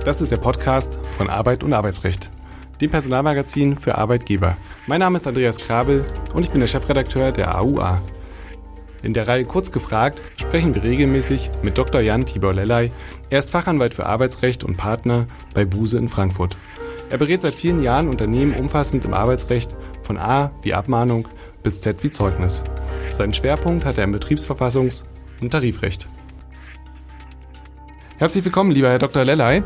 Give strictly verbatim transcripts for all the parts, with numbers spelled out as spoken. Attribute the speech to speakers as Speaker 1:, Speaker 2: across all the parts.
Speaker 1: Das ist der Podcast von Arbeit und Arbeitsrecht, dem Personalmagazin für Arbeitgeber. Mein Name ist Andreas Krabel und ich bin der Chefredakteur der A U A. In der Reihe Kurz gefragt sprechen wir regelmäßig mit Doktor Jan Tibor Lellay. Er ist Fachanwalt für Arbeitsrecht und Partner bei Buse in Frankfurt. Er berät seit vielen Jahren Unternehmen umfassend im Arbeitsrecht, von A wie Abmahnung bis Z wie Zeugnis. Seinen Schwerpunkt hat er im Betriebsverfassungs- und Tarifrecht. Herzlich willkommen, lieber Herr Doktor Lellay.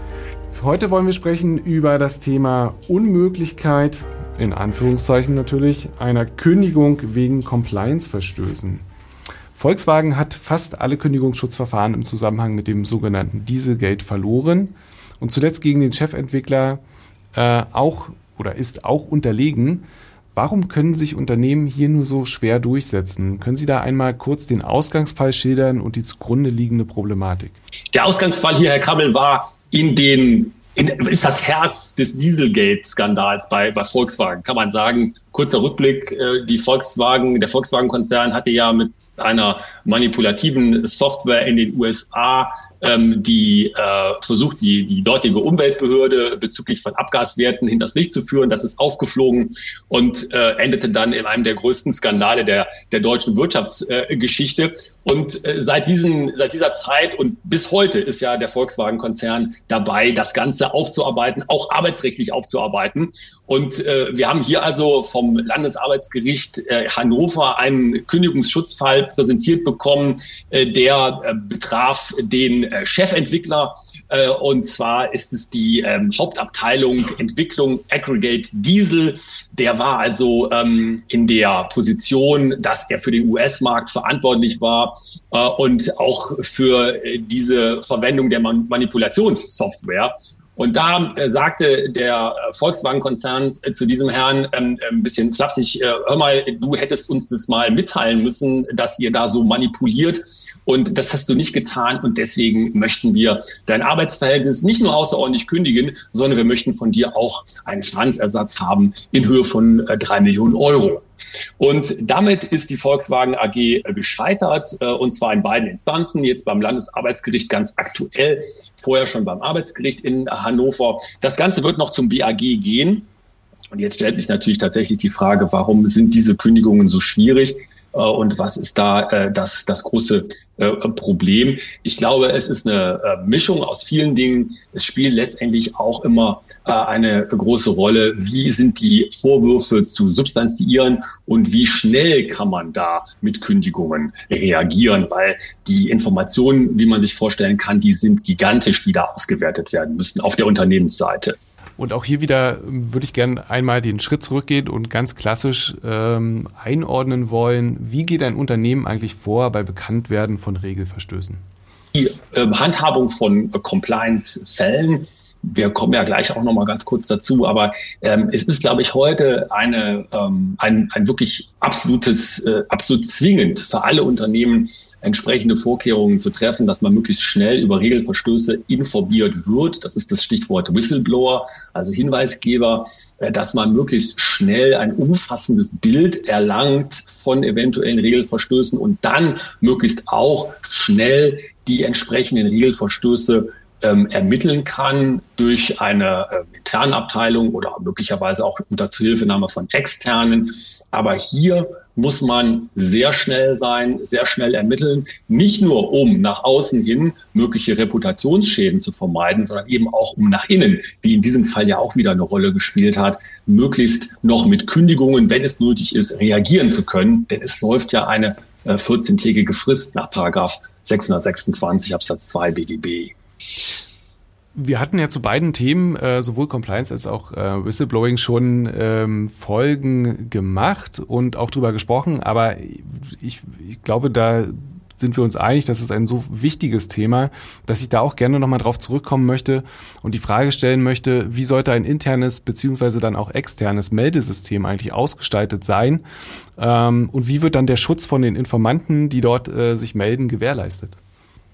Speaker 1: Heute wollen wir sprechen über das Thema Unmöglichkeit, in Anführungszeichen natürlich, einer Kündigung wegen Compliance-Verstößen. Volkswagen hat fast alle Kündigungsschutzverfahren im Zusammenhang mit dem sogenannten Dieselgate verloren und zuletzt gegen den Chefentwickler äh, auch oder ist auch unterlegen. Warum können sich Unternehmen hier nur so schwer durchsetzen? Können Sie da einmal kurz den Ausgangsfall schildern und die zugrunde liegende Problematik?
Speaker 2: Der Ausgangsfall hier, Herr Krabbel, war in den, in, ist das Herz des Dieselgate-Skandals bei, bei Volkswagen, kann man sagen. Kurzer Rückblick, die Volkswagen, der Volkswagen-Konzern hatte ja mit einer manipulativen Software in den U S A, ähm, die äh, versucht, die, die dortige Umweltbehörde bezüglich von Abgaswerten hinters Licht zu führen. Das ist aufgeflogen und äh, endete dann in einem der größten Skandale der, der deutschen Wirtschaftsgeschichte. Äh, und äh, seit, diesen, seit dieser Zeit und bis heute ist ja der Volkswagen-Konzern dabei, das Ganze aufzuarbeiten, auch arbeitsrechtlich aufzuarbeiten. Und äh, wir haben hier also vom Landesarbeitsgericht äh, Hannover einen Kündigungsschutzfall präsentiert bekommen, äh, der äh, betraf den äh, Chefentwickler. Äh, und zwar ist es die ähm, Hauptabteilung Entwicklung Aggregate Diesel. Der war also ähm, in der Position, dass er für den U S-Markt verantwortlich war äh, und auch für äh, diese Verwendung der Man- Manipulationssoftware. Und da äh, sagte der Volkswagen-Konzern äh, zu diesem Herrn ähm, ein bisschen flapsig, äh, hör mal, du hättest uns das mal mitteilen müssen, dass ihr da so manipuliert. Und das hast du nicht getan. Und deswegen möchten wir dein Arbeitsverhältnis nicht nur außerordentlich kündigen, sondern wir möchten von dir auch einen Schadensersatz haben in Höhe von äh, drei Millionen Euro. Und damit ist die Volkswagen A G gescheitert, und zwar in beiden Instanzen, jetzt beim Landesarbeitsgericht ganz aktuell, vorher schon beim Arbeitsgericht in Hannover. Das Ganze wird noch zum B A G gehen. Und jetzt stellt sich natürlich tatsächlich die Frage, warum sind diese Kündigungen so schwierig? Und was ist da äh, das, das große äh, Problem? Ich glaube, es ist eine äh, Mischung aus vielen Dingen. Es spielt letztendlich auch immer äh, eine große Rolle. Wie sind die Vorwürfe zu substanziieren und wie schnell kann man da mit Kündigungen reagieren? Weil die Informationen, wie man sich vorstellen kann, die sind gigantisch, die da ausgewertet werden müssen auf der Unternehmensseite.
Speaker 1: Und auch hier wieder würde ich gerne einmal den Schritt zurückgehen und ganz klassisch ähm, einordnen wollen, wie geht ein Unternehmen eigentlich vor bei Bekanntwerden von Regelverstößen?
Speaker 2: Die äh, Handhabung von äh, Compliance-Fällen, wir kommen ja gleich auch noch mal ganz kurz dazu, aber ähm, es ist, glaube ich, heute eine, ähm, ein, ein wirklich absolutes, äh, absolut zwingend für alle Unternehmen, entsprechende Vorkehrungen zu treffen, dass man möglichst schnell über Regelverstöße informiert wird. Das ist das Stichwort Whistleblower, also Hinweisgeber, äh, dass man möglichst schnell ein umfassendes Bild erlangt von eventuellen Regelverstößen und dann möglichst auch schnell die entsprechenden Regelverstöße ähm, ermitteln kann durch eine äh, interne Abteilung oder möglicherweise auch unter Zuhilfenahme von externen. Aber hier muss man sehr schnell sein, sehr schnell ermitteln, nicht nur um nach außen hin mögliche Reputationsschäden zu vermeiden, sondern eben auch um nach innen, wie in diesem Fall ja auch wieder eine Rolle gespielt hat, möglichst noch mit Kündigungen, wenn es nötig ist, reagieren zu können. Denn es läuft ja eine äh, vierzehntägige Frist nach Paragraph sechshundertsechsundzwanzig Absatz zwei B G B.
Speaker 1: Wir hatten ja zu beiden Themen, äh, sowohl Compliance als auch äh, Whistleblowing, schon ähm, Folgen gemacht und auch drüber gesprochen. Aber ich, ich glaube, da sind wir uns einig, das ist ein so wichtiges Thema, dass ich da auch gerne nochmal drauf zurückkommen möchte und die Frage stellen möchte, wie sollte ein internes beziehungsweise dann auch externes Meldesystem eigentlich ausgestaltet sein ähm, und wie wird dann der Schutz von den Informanten, die dort äh, sich melden, gewährleistet?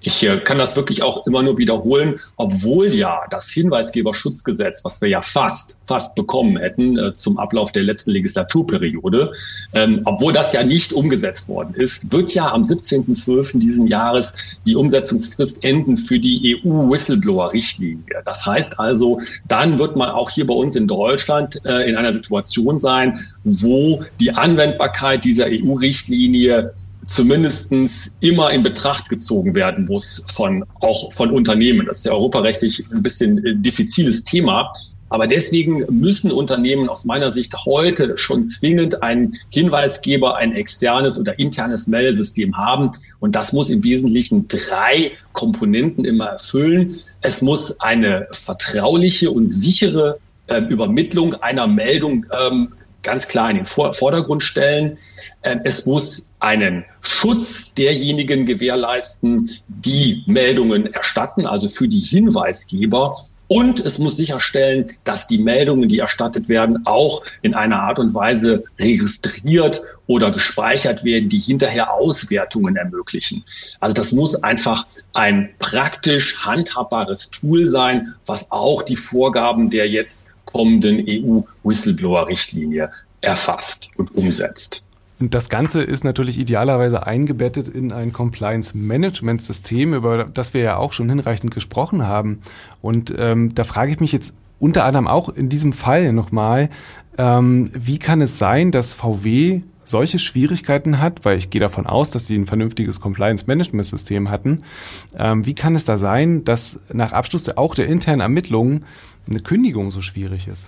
Speaker 2: Ich äh, kann das wirklich auch immer nur wiederholen, obwohl ja das Hinweisgeberschutzgesetz, was wir ja fast, fast bekommen hätten äh, zum Ablauf der letzten Legislaturperiode, ähm, obwohl das ja nicht umgesetzt worden ist, wird ja am siebzehnten zwölften diesen Jahres die Umsetzungsfrist enden für die E U-Whistleblower-Richtlinie. Das heißt also, dann wird man auch hier bei uns in Deutschland äh, in einer Situation sein, wo die Anwendbarkeit dieser E U-Richtlinie zumindestens immer in Betracht gezogen werden muss von, auch von Unternehmen. Das ist ja europarechtlich ein bisschen ein diffiziles Thema. Aber deswegen müssen Unternehmen aus meiner Sicht heute schon zwingend einen Hinweisgeber, ein externes oder internes Meldesystem haben. Und das muss im Wesentlichen drei Komponenten immer erfüllen. Es muss eine vertrauliche und sichere äh, Übermittlung einer Meldung ähm, ganz klar in den Vordergrund stellen. Es muss einen Schutz derjenigen gewährleisten, die Meldungen erstatten, also für die Hinweisgeber. Und es muss sicherstellen, dass die Meldungen, die erstattet werden, auch in einer Art und Weise registriert oder gespeichert werden, die hinterher Auswertungen ermöglichen. Also das muss einfach ein praktisch handhabbares Tool sein, was auch die Vorgaben der jetzt kommenden E U-Whistleblower-Richtlinie erfasst und umsetzt.
Speaker 1: Und das Ganze ist natürlich idealerweise eingebettet in ein Compliance-Management-System, über das wir ja auch schon hinreichend gesprochen haben. Und ähm, da frage ich mich jetzt unter anderem auch in diesem Fall nochmal, ähm, wie kann es sein, dass V W solche Schwierigkeiten hat, weil ich gehe davon aus, dass sie ein vernünftiges Compliance-Management-System hatten. Ähm, wie kann es da sein, dass nach Abschluss der, auch der internen Ermittlungen eine Kündigung so schwierig ist?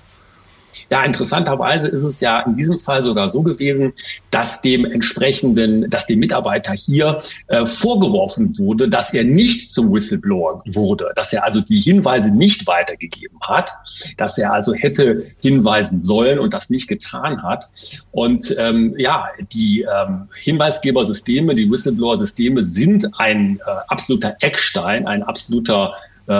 Speaker 2: Ja, interessanterweise ist es ja in diesem Fall sogar so gewesen, dass dem entsprechenden, dass dem Mitarbeiter hier äh, vorgeworfen wurde, dass er nicht zum Whistleblower wurde, dass er also die Hinweise nicht weitergegeben hat, dass er also hätte hinweisen sollen und das nicht getan hat. Und ähm, ja, die ähm, Hinweisgebersysteme, die Whistleblower-Systeme sind ein äh, absoluter Eckstein, ein absoluter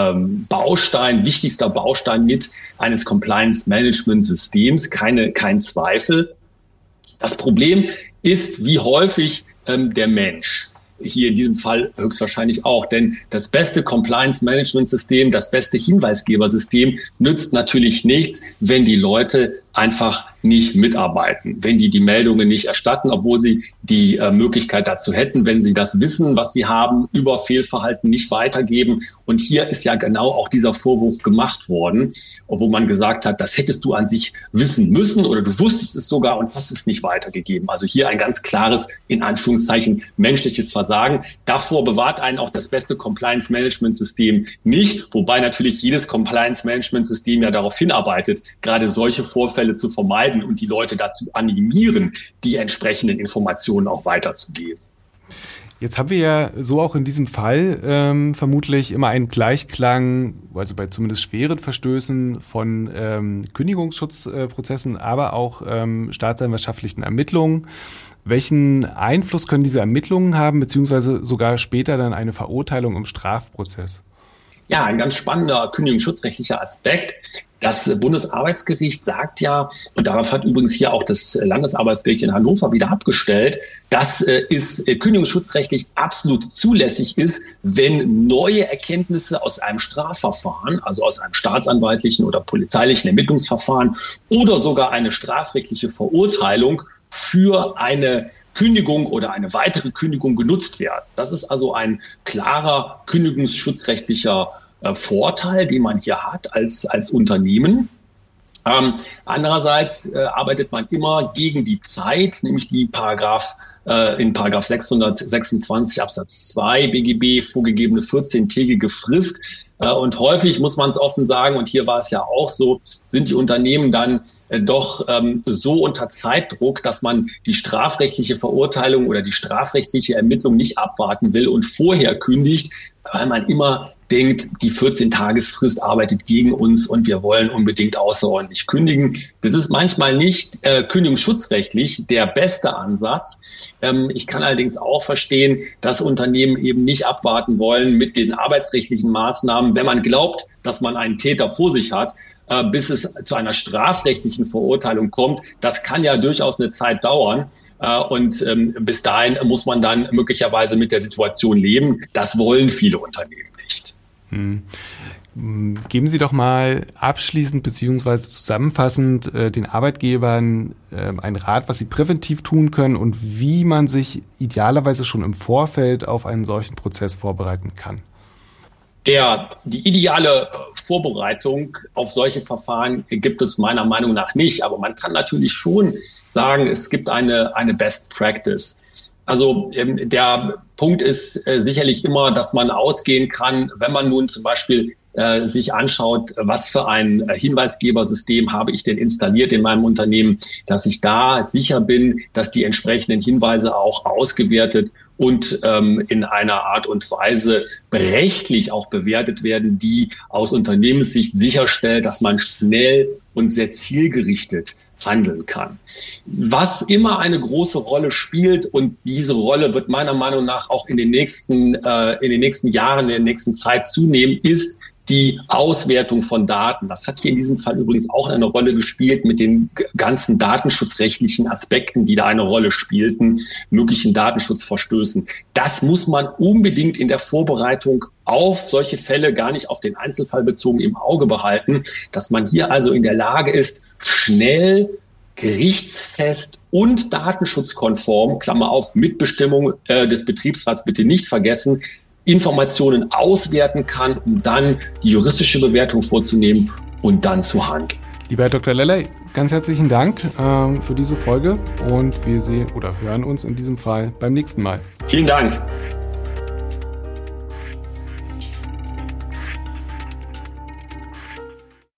Speaker 2: Baustein, wichtigster Baustein mit eines Compliance-Management-Systems, keine, kein Zweifel. Das Problem ist, wie häufig ähm, der Mensch. Hier in diesem Fall höchstwahrscheinlich auch, denn das beste Compliance-Management-System, das beste Hinweisgebersystem nützt natürlich nichts, wenn die Leute einfach nicht mitarbeiten, wenn die die Meldungen nicht erstatten, obwohl sie die äh, Möglichkeit dazu hätten, wenn sie das Wissen, was sie haben, über Fehlverhalten nicht weitergeben. Und hier ist ja genau auch dieser Vorwurf gemacht worden, wo man gesagt hat, das hättest du an sich wissen müssen oder du wusstest es sogar und hast es nicht weitergegeben. Also hier ein ganz klares, in Anführungszeichen, menschliches Versagen. Davor bewahrt einen auch das beste Compliance-Management-System nicht, wobei natürlich jedes Compliance-Management-System ja darauf hinarbeitet, gerade solche Vorfälle zu vermeiden und die Leute dazu animieren, die entsprechenden Informationen auch weiterzugeben.
Speaker 1: Jetzt haben wir ja so auch in diesem Fall ähm, vermutlich immer einen Gleichklang, also bei zumindest schweren Verstößen von ähm, Kündigungsschutzprozessen, äh, aber auch ähm, staatsanwaltschaftlichen Ermittlungen. Welchen Einfluss können diese Ermittlungen haben, beziehungsweise sogar später dann eine Verurteilung im Strafprozess?
Speaker 2: Ja, ein ganz spannender kündigungsschutzrechtlicher Aspekt. Das Bundesarbeitsgericht sagt ja, und darauf hat übrigens hier auch das Landesarbeitsgericht in Hannover wieder abgestellt, dass es kündigungsschutzrechtlich absolut zulässig ist, wenn neue Erkenntnisse aus einem Strafverfahren, also aus einem staatsanwaltlichen oder polizeilichen Ermittlungsverfahren oder sogar eine strafrechtliche Verurteilung für eine Kündigung oder eine weitere Kündigung genutzt werden. Das ist also ein klarer kündigungsschutzrechtlicher äh, Vorteil, den man hier hat als, als Unternehmen. Ähm, andererseits äh, arbeitet man immer gegen die Zeit, nämlich die Paragraph äh, in Paragraph sechshundertsechsundzwanzig Absatz zwei B G B vorgegebene vierzehntägige Frist. Und häufig muss man es offen sagen, und hier war es ja auch so, sind die Unternehmen dann äh, doch ähm, so unter Zeitdruck, dass man die strafrechtliche Verurteilung oder die strafrechtliche Ermittlung nicht abwarten will und vorher kündigt, weil man immer denkt, die vierzehn-Tagesfrist arbeitet gegen uns und wir wollen unbedingt außerordentlich kündigen. Das ist manchmal nicht äh, kündigungsschutzrechtlich der beste Ansatz. Ähm, ich kann allerdings auch verstehen, dass Unternehmen eben nicht abwarten wollen mit den arbeitsrechtlichen Maßnahmen, wenn man glaubt, dass man einen Täter vor sich hat, äh, bis es zu einer strafrechtlichen Verurteilung kommt. Das kann ja durchaus eine Zeit dauern. Äh, und ähm, bis dahin muss man dann möglicherweise mit der Situation leben. Das wollen viele Unternehmen nicht.
Speaker 1: Hm. Geben Sie doch mal abschließend bzw. zusammenfassend äh, den Arbeitgebern äh, einen Rat, was sie präventiv tun können und wie man sich idealerweise schon im Vorfeld auf einen solchen Prozess vorbereiten kann.
Speaker 2: Der, die ideale Vorbereitung auf solche Verfahren gibt es meiner Meinung nach nicht. Aber man kann natürlich schon sagen, es gibt eine, eine Best Practice. Also ähm, der Punkt ist äh, sicherlich immer, dass man ausgehen kann, wenn man nun zum Beispiel äh, sich anschaut, was für ein äh, Hinweisgebersystem habe ich denn installiert in meinem Unternehmen, dass ich da sicher bin, dass die entsprechenden Hinweise auch ausgewertet und ähm, in einer Art und Weise rechtlich auch bewertet werden, die aus Unternehmenssicht sicherstellt, dass man schnell und sehr zielgerichtet handeln kann. Was immer eine große Rolle spielt, und diese Rolle wird meiner Meinung nach auch in den nächsten, äh, in den nächsten Jahren, in der nächsten Zeit zunehmen, ist die Auswertung von Daten. Das hat hier in diesem Fall übrigens auch eine Rolle gespielt mit den ganzen datenschutzrechtlichen Aspekten, die da eine Rolle spielten, möglichen Datenschutzverstößen. Das muss man unbedingt in der Vorbereitung auf solche Fälle, gar nicht auf den Einzelfall bezogen, im Auge behalten, dass man hier also in der Lage ist, schnell, gerichtsfest und datenschutzkonform, Klammer auf, Mitbestimmung äh, des Betriebsrats bitte nicht vergessen, Informationen auswerten kann, um dann die juristische Bewertung vorzunehmen und dann zu handeln.
Speaker 1: Lieber Herr Doktor Lellay, ganz herzlichen Dank ähm, für diese Folge und wir sehen oder hören uns in diesem Fall beim nächsten Mal.
Speaker 2: Vielen Dank.